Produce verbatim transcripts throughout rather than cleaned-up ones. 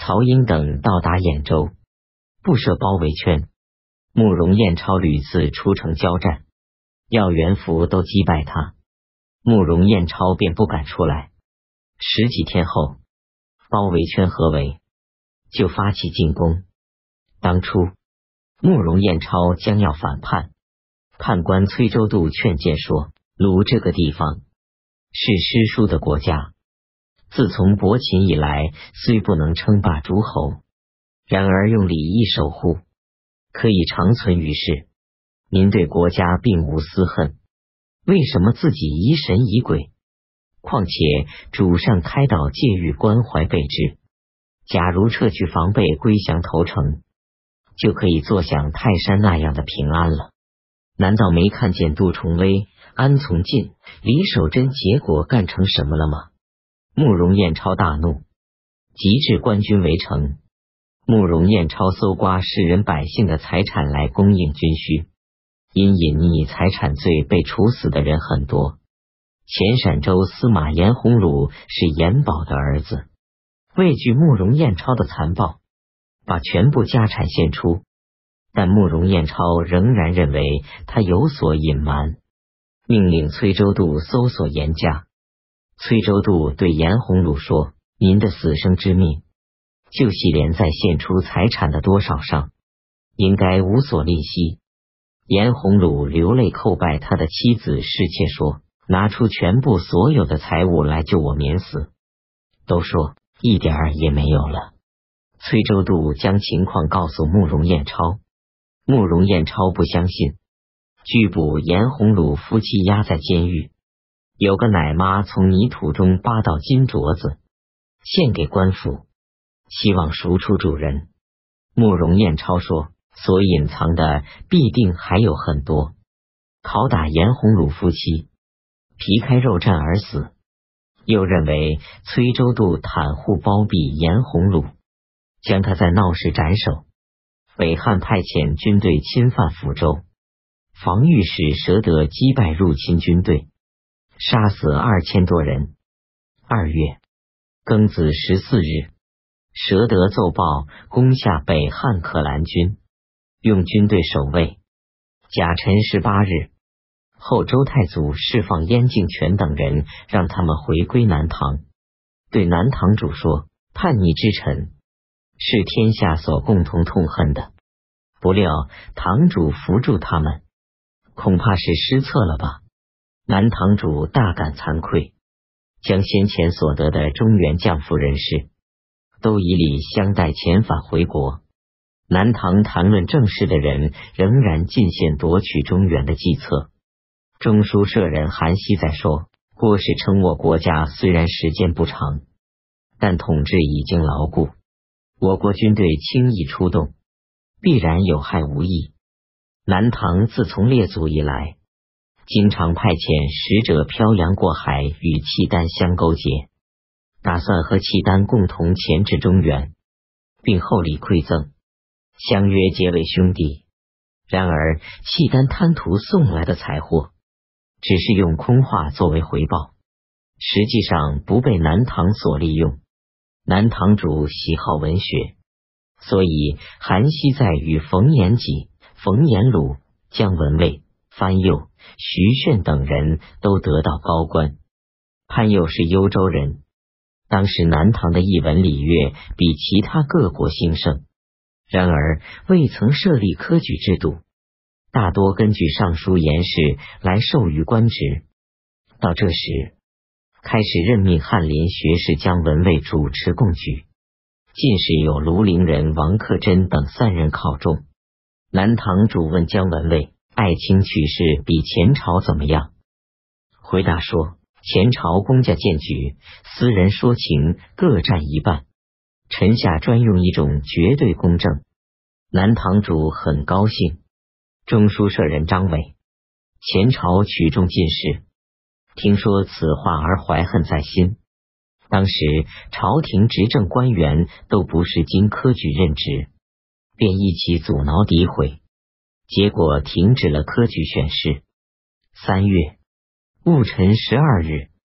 曹英等到达兖州，布设包围圈。慕容彦超屡次出城交战，要元福都击败他，慕容彦超便不敢出来。十几天后，包围圈合围，就发起进攻。当初慕容彦超将要反叛，判官崔州度劝谏说，鲁这个地方是诗书的国家，自从伯禽以来，虽不能称霸诸侯，然而用礼义守护，可以长存于世。您对国家并无私恨，为什么自己疑神疑鬼？况且主上开导戒狱，关怀备至，假如撤去防备，归降投诚，就可以坐享泰山那样的平安了。难道没看见杜重威、安从进、李守贞结果干成什么了吗？慕容彦超大怒，即致官军围城。慕容彦超搜刮世人百姓的财产来供应军需，因隐匿财产罪被处死的人很多。前陕州司马严洪鲁是严保的儿子，畏惧慕容彦超的残暴，把全部家产献出，但慕容彦超仍然认为他有所隐瞒，命令崔州度搜索严家。崔州度对严洪鲁说，您的死生之命就系连在献出财产的多少上，应该无所吝惜。严洪鲁流泪叩拜他的妻子侍妾说，拿出全部所有的财物来救我免死。都说一点儿也没有了。崔州度将情况告诉慕容彦超，慕容彦超不相信，拘捕严洪鲁夫妻押在监狱。有个奶妈从泥土中扒到金镯子，献给官府，希望赎出主人。慕容彦超说，所隐藏的必定还有很多。拷打严洪鲁夫妻，皮开肉绽而死。又认为崔州度袒护包庇严洪鲁，将他在闹市斩首。北汉派遣军队侵犯福州，防御使佘德击败入侵军队，杀死二千多人。二月庚子十四日，佘德奏报攻下北汉可兰军，用军队守卫。甲辰十八日，后周太祖释放燕敬权等人，让他们回归南唐。对南唐主说，叛逆之臣是天下所共同痛恨的，不料堂主扶助他们，恐怕是失策了吧。南堂主大感惭愧，将先前所得的中原将府人士都以礼相待，遣返回国。南唐谈论政事的人仍然进献夺取中原的计策。中书舍人韩熙载说，郭氏称我国家虽然时间不长，但统治已经牢固，我国军队轻易出动，必然有害无益。南唐自从列祖以来，经常派遣使者漂洋过海，与契丹相勾结，打算和契丹共同钳制中原，并厚礼馈赠，相约结为兄弟。然而契丹贪图送来的财货，只是用空话作为回报，实际上不被南唐所利用。南唐主喜好文学，所以韩熙载与冯延己、冯延鲁、姜文卫、潘佑、徐铉等人都得到高官。潘佑是幽州人，当时南唐的艺文礼乐比其他各国兴盛，然而未曾设立科举制度，大多根据尚书言事来授予官职。到这时，开始任命翰林学士姜文卫主持贡举，进士有庐陵人王克贞等三人考中。南唐主问姜文卫，爱卿取士比前朝怎么样？回答说，前朝公家荐举，私人说情各占一半，臣下专用一种绝对公正。南唐主很高兴。中书舍人张伟，前朝取中进士，听说此话而怀恨在心。当时朝廷执政官员都不是经科举任职，便一起阻挠诋毁，结果停止了科举选试。三月戊辰十二日，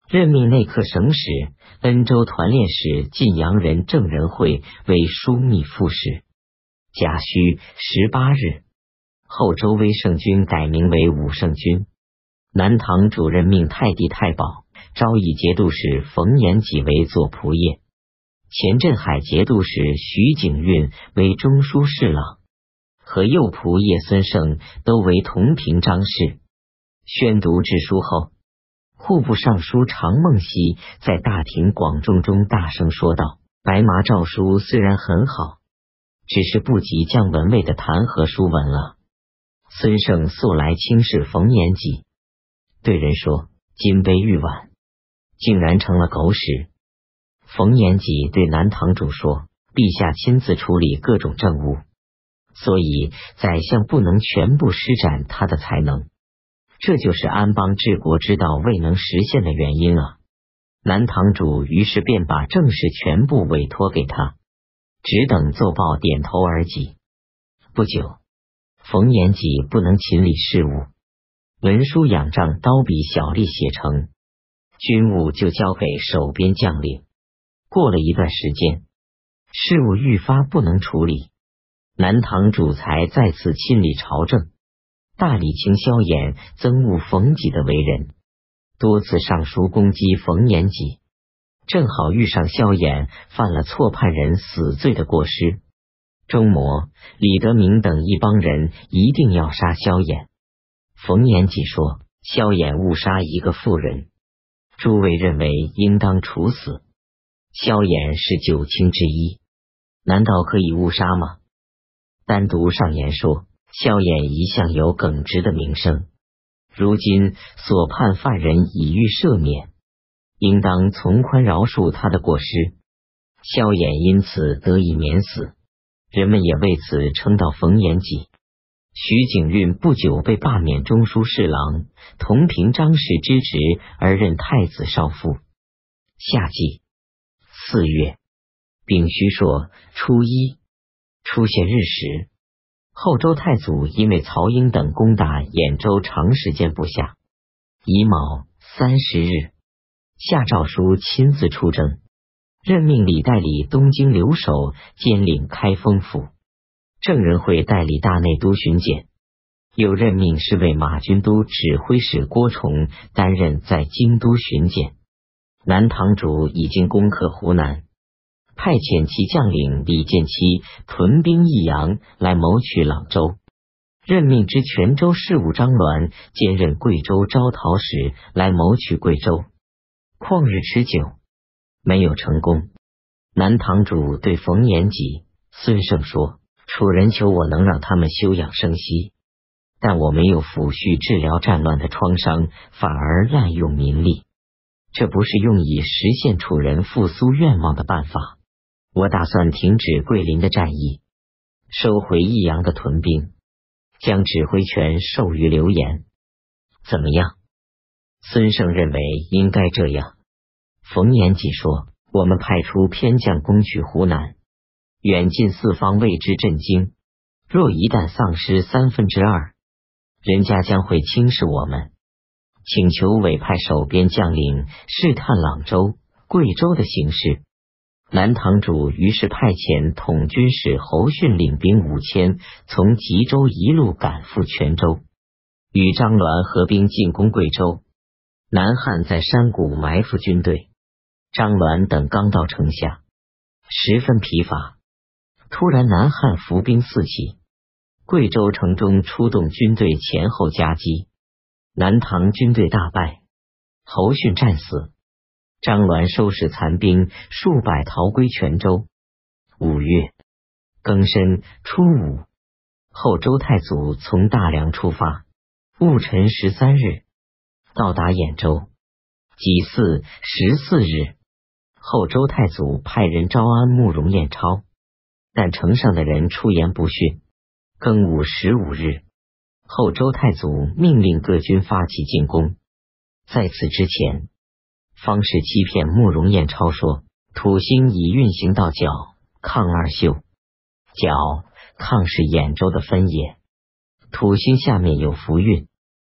任命内客省使、恩州团练使晋阳人郑仁惠为枢密副使。甲戌十八日，后周威圣军改名为武圣军。南唐主任命太帝太保、昭义节度使冯延己为左仆射，前镇海节度使徐景运为中书侍郎，和右仆射孙胜都为同平章事。宣读制书后，户部尚书常梦溪在大庭广众中大声说道：“白麻诏书虽然很好，只是不及姜文蔚的弹劾书文了。”孙胜素来轻视冯延己，对人说：“金杯玉碗，竟然成了狗屎。”冯延己对南堂主说：“陛下亲自处理各种政务，所以宰相不能全部施展他的才能，这就是安邦治国之道未能实现的原因啊。”南堂主于是便把政事全部委托给他，只等奏报点头而已。不久，冯延己不能勤理事务，文书仰仗刀笔小吏写成，军务就交给守边将领。过了一段时间，事务愈发不能处理，南唐主才再次亲理朝政，大理卿萧衍憎恶冯己的为人，多次上书攻击冯延己，正好遇上萧衍犯了错判人死罪的过失，钟模、李德明等一帮人一定要杀萧衍。冯延己说：“萧衍误杀一个妇人，诸位认为应当处死。萧衍是九卿之一，难道可以误杀吗？”单独上言说，萧衍一向有耿直的名声，如今所判犯人已予赦免，应当从宽饶恕他的过失。萧衍因此得以免死，人们也为此称道冯延己。徐景运不久被罢免中书侍郎、同平章事之职，而任太子少傅。夏季四月丙戌朔初一，出现日食。后周太祖因为曹英等攻打兖州长时间不下，乙卯三十日下诏书亲自出征，任命李代理东京留守，兼领开封府。郑仁惠代理大内都巡检，又任命侍卫马军都指挥使郭崇担任在京都巡检。南堂主已经攻克湖南，派遣其将领李建期屯兵益阳来谋取朗州，任命之泉州事务张鸾兼任贵州招讨使来谋取贵州。旷日持久，没有成功。南堂主对冯延己、孙胜说：“楚人求我能让他们休养生息，但我没有抚恤治疗战乱的创伤，反而滥用民力，这不是用以实现楚人复苏愿望的办法。我打算停止桂林的战役，收回益阳的屯兵，将指挥权授予刘延，怎么样？”孙胜认为应该这样。冯延己说：“我们派出偏将攻取湖南，远近四方为之震惊，若一旦丧失三分之二，人家将会轻视我们。请求委派守边将领试探朗州、贵州的形势。”南堂主于是派遣统军使侯训领兵五千，从吉州一路赶赴泉州，与张鸾合兵进攻贵州。南汉在山谷埋伏军队，张鸾等刚到城下，十分疲乏。突然南汉伏兵四起，贵州城中出动军队前后夹击，南唐军队大败，侯训战死，张鸾收拾残兵数百逃归泉州。五月庚申初五，后周太祖从大梁出发，戊辰十三日到达兖州。己巳十四日，后周太祖派人招安慕容彦超，但城上的人出言不逊。庚午十五日，后周太祖命令各军发起进攻。在此之前，方士欺骗慕容彦超说土星已运行到角、抗二宿。角、抗是兖州的分野，土星下面有福运，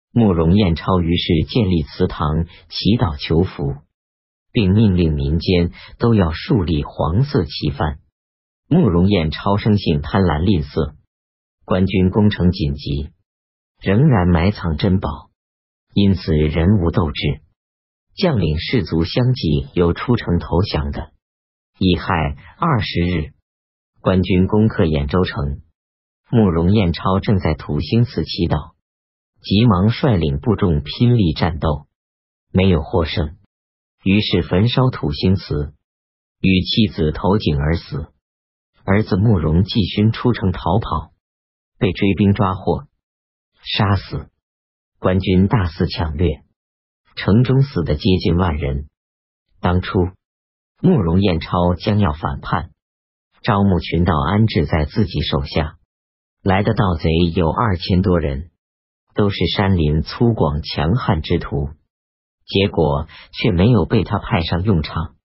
慕容彦超于是建立祠堂，祈祷求福，并命令民间都要树立黄色旗幡。慕容彦超生性贪婪吝啬，官军攻城紧急，仍然埋藏珍宝，因此人无斗志，将领士卒相继有出城投降的。乙亥二十日，官军攻克兖州城，慕容彦超正在土星祠祈祷，急忙率领部众拼力战斗，没有获胜，于是焚烧土星祠，与妻子投井而死。儿子慕容继勋出城逃跑，被追兵抓获，杀死。官军大肆抢掠，城中死的接近万人。当初慕容彦超将要反叛，招募群盗安置在自己手下，来的盗贼有二千多人，都是山林粗犷强悍之徒，结果却没有被他派上用场。